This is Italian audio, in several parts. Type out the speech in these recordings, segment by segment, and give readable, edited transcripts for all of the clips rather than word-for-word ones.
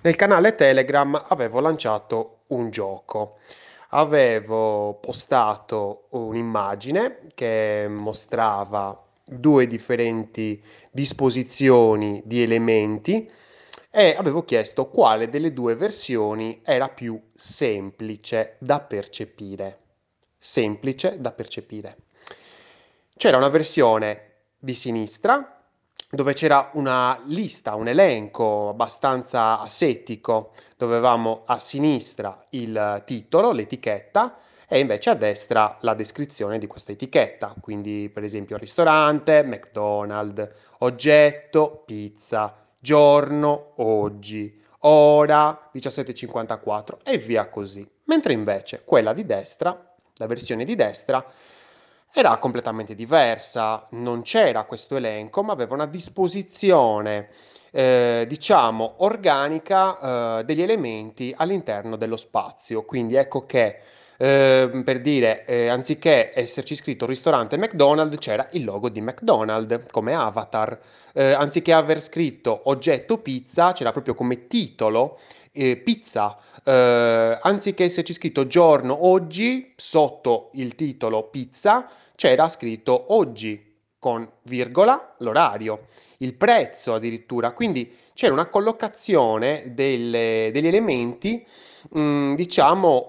Nel canale Telegram avevo lanciato un gioco. Avevo postato un'immagine che mostrava due differenti disposizioni di elementi e avevo chiesto quale delle due versioni era più semplice da percepire. Semplice da percepire. C'era una versione di sinistra dove c'era una lista, un elenco abbastanza asettico, dove avevamo a sinistra il titolo, l'etichetta, e invece a destra la descrizione di questa etichetta, quindi per esempio ristorante, McDonald's, oggetto, pizza, giorno, oggi, ora, 17:54 e via così. Mentre invece quella di destra, la versione di destra, era completamente diversa, non c'era questo elenco, ma aveva una disposizione, diciamo, organica, degli elementi all'interno dello spazio. Quindi ecco che, per dire, anziché esserci scritto ristorante McDonald's, c'era il logo di McDonald's come avatar. Anziché aver scritto oggetto pizza, c'era proprio come titolo pizza. Anziché esserci scritto giorno oggi, sotto il titolo pizza, c'era scritto oggi con virgola l'orario, il prezzo addirittura, quindi c'era una collocazione degli elementi, diciamo,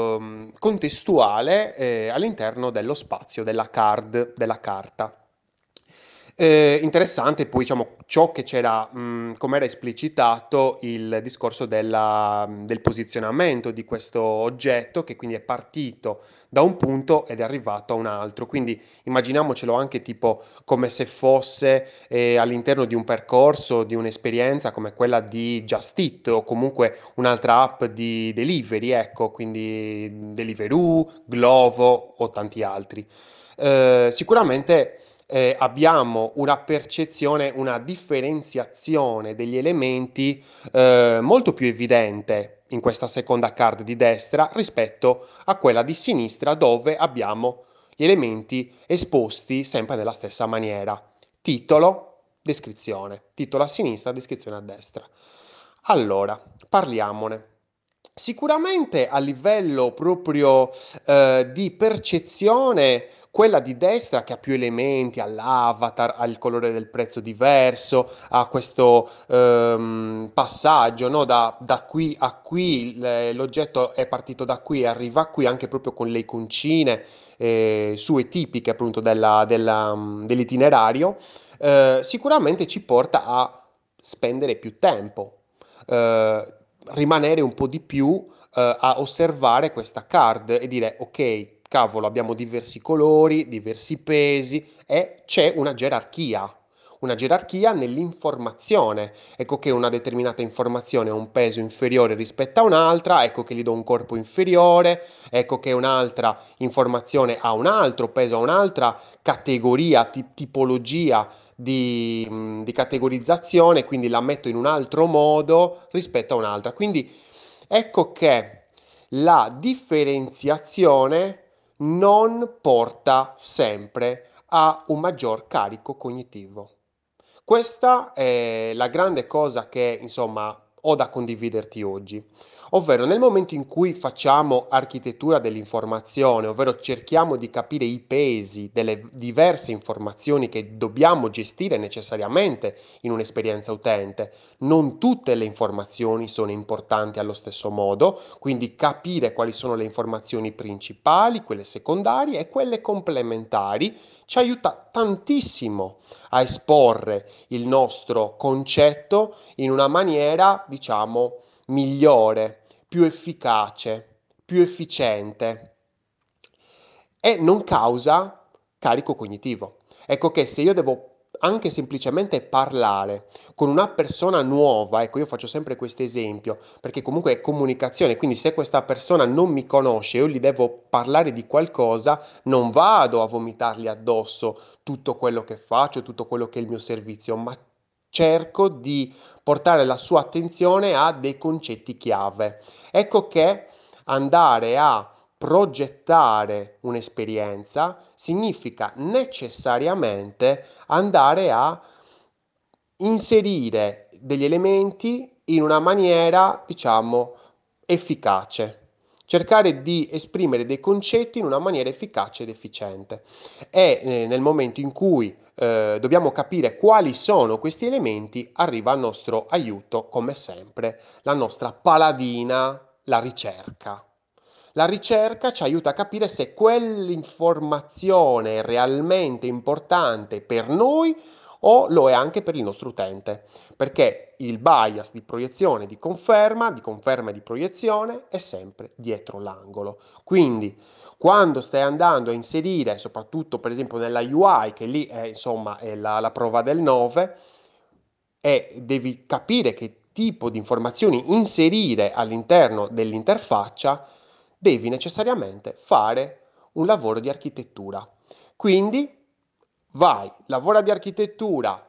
contestuale all'interno dello spazio, della card, della carta. Interessante poi diciamo ciò che c'era, come era esplicitato il discorso del posizionamento di questo oggetto che quindi è partito da un punto ed è arrivato a un altro. Quindi immaginiamocelo anche tipo come se fosse all'interno di un percorso, di un'esperienza come quella di Just Eat o comunque un'altra app di delivery, ecco, quindi Deliveroo, Glovo o tanti altri. Sicuramente abbiamo una percezione, una differenziazione degli elementi molto più evidente in questa seconda card di destra rispetto a quella di sinistra dove abbiamo gli elementi esposti sempre nella stessa maniera. Titolo, descrizione. Titolo a sinistra, descrizione a destra. Allora, parliamone. Sicuramente a livello proprio di percezione, quella di destra che ha più elementi, ha l'avatar, ha il colore del prezzo diverso, ha questo passaggio, no? Da qui a qui, l'oggetto è partito da qui e arriva qui anche proprio con le iconcine sue tipiche appunto dell'itinerario, sicuramente ci porta a spendere più tempo, rimanere un po' di più a osservare questa card e dire ok, cavolo, abbiamo diversi colori, diversi pesi e c'è una gerarchia nell'informazione. Ecco che una determinata informazione ha un peso inferiore rispetto a un'altra, ecco che gli do un corpo inferiore, ecco che un'altra informazione ha un altro peso, ha un'altra categoria, tipologia di categorizzazione, quindi la metto in un altro modo rispetto a un'altra. Quindi ecco che la differenziazione non porta sempre a un maggior carico cognitivo. Questa è la grande cosa che, insomma, ho da condividerti oggi. Ovvero, nel momento in cui facciamo architettura dell'informazione, ovvero cerchiamo di capire i pesi delle diverse informazioni che dobbiamo gestire necessariamente in un'esperienza utente, non tutte le informazioni sono importanti allo stesso modo, quindi capire quali sono le informazioni principali, quelle secondarie e quelle complementari ci aiuta tantissimo a esporre il nostro concetto in una maniera, diciamo, migliore, più efficace, più efficiente e non causa carico cognitivo. Ecco che se io devo anche semplicemente parlare con una persona nuova, ecco io faccio sempre questo esempio, perché comunque è comunicazione, quindi se questa persona non mi conosce, io gli devo parlare di qualcosa, non vado a vomitargli addosso tutto quello che faccio, tutto quello che è il mio servizio, ma cerco di portare la sua attenzione a dei concetti chiave. Ecco che andare a progettare un'esperienza significa necessariamente andare a inserire degli elementi in una maniera, diciamo, efficace. Cercare di esprimere dei concetti in una maniera efficace ed efficiente. E nel momento in cui dobbiamo capire quali sono questi elementi, arriva al nostro aiuto, come sempre, la nostra paladina, la ricerca. La ricerca ci aiuta a capire se quell'informazione è realmente importante per noi o lo è anche per il nostro utente, perché il bias di proiezione, di conferma e di proiezione è sempre dietro l'angolo. Quindi, quando stai andando a inserire, soprattutto per esempio nella UI, che lì è, insomma, è la prova del 9, e devi capire che tipo di informazioni inserire all'interno dell'interfaccia, devi necessariamente fare un lavoro di architettura. Quindi vai, lavora di architettura,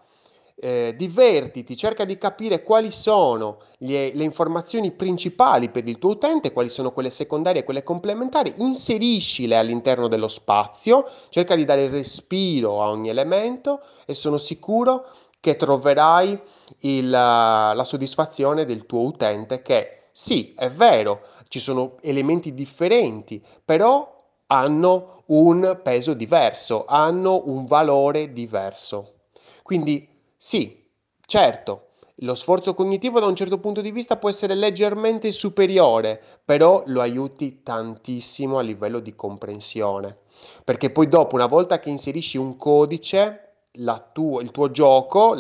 divertiti, cerca di capire quali sono le informazioni principali per il tuo utente, quali sono quelle secondarie e quelle complementari, inseriscile all'interno dello spazio, cerca di dare respiro a ogni elemento e sono sicuro che troverai la soddisfazione del tuo utente che sì, è vero, ci sono elementi differenti, però hanno un peso diverso, hanno un valore diverso. Quindi sì, certo, lo sforzo cognitivo da un certo punto di vista può essere leggermente superiore, però lo aiuti tantissimo a livello di comprensione. Perché poi dopo, una volta che inserisci un codice, il tuo gioco,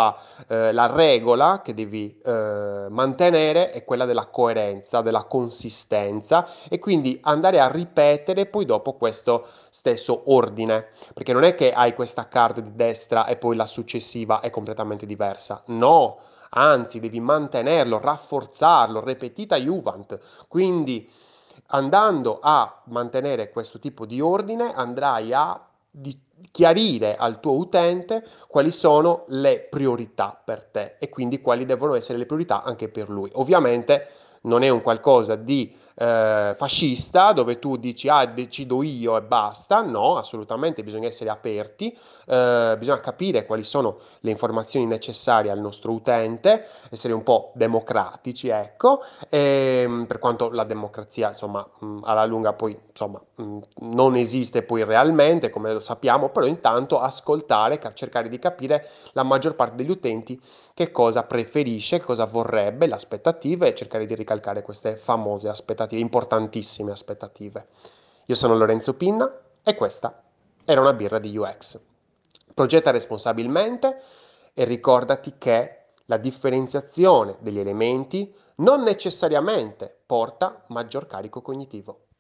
la regola che devi mantenere è quella della coerenza, della consistenza e quindi andare a ripetere poi dopo questo stesso ordine, perché non è che hai questa card di destra e poi la successiva è completamente diversa, no, anzi devi mantenerlo, rafforzarlo, repetita iuvant, quindi andando a mantenere questo tipo di ordine andrai a chiarire al tuo utente quali sono le priorità per te e quindi quali devono essere le priorità anche per lui. Ovviamente non è un qualcosa di fascista dove tu dici ah decido io e basta, no, assolutamente bisogna essere aperti, bisogna capire quali sono le informazioni necessarie al nostro utente, essere un po' democratici, ecco, per quanto la democrazia, insomma, alla lunga poi, insomma, non esiste poi realmente, come lo sappiamo, però intanto ascoltare, cercare di capire la maggior parte degli utenti che cosa preferisce, che cosa vorrebbe, le aspettative e cercare di ricalcare queste famose aspettative, importantissime aspettative. Io sono Lorenzo Pinna e questa era una birra di UX. Progetta responsabilmente e ricordati che la differenziazione degli elementi non necessariamente porta maggior carico cognitivo.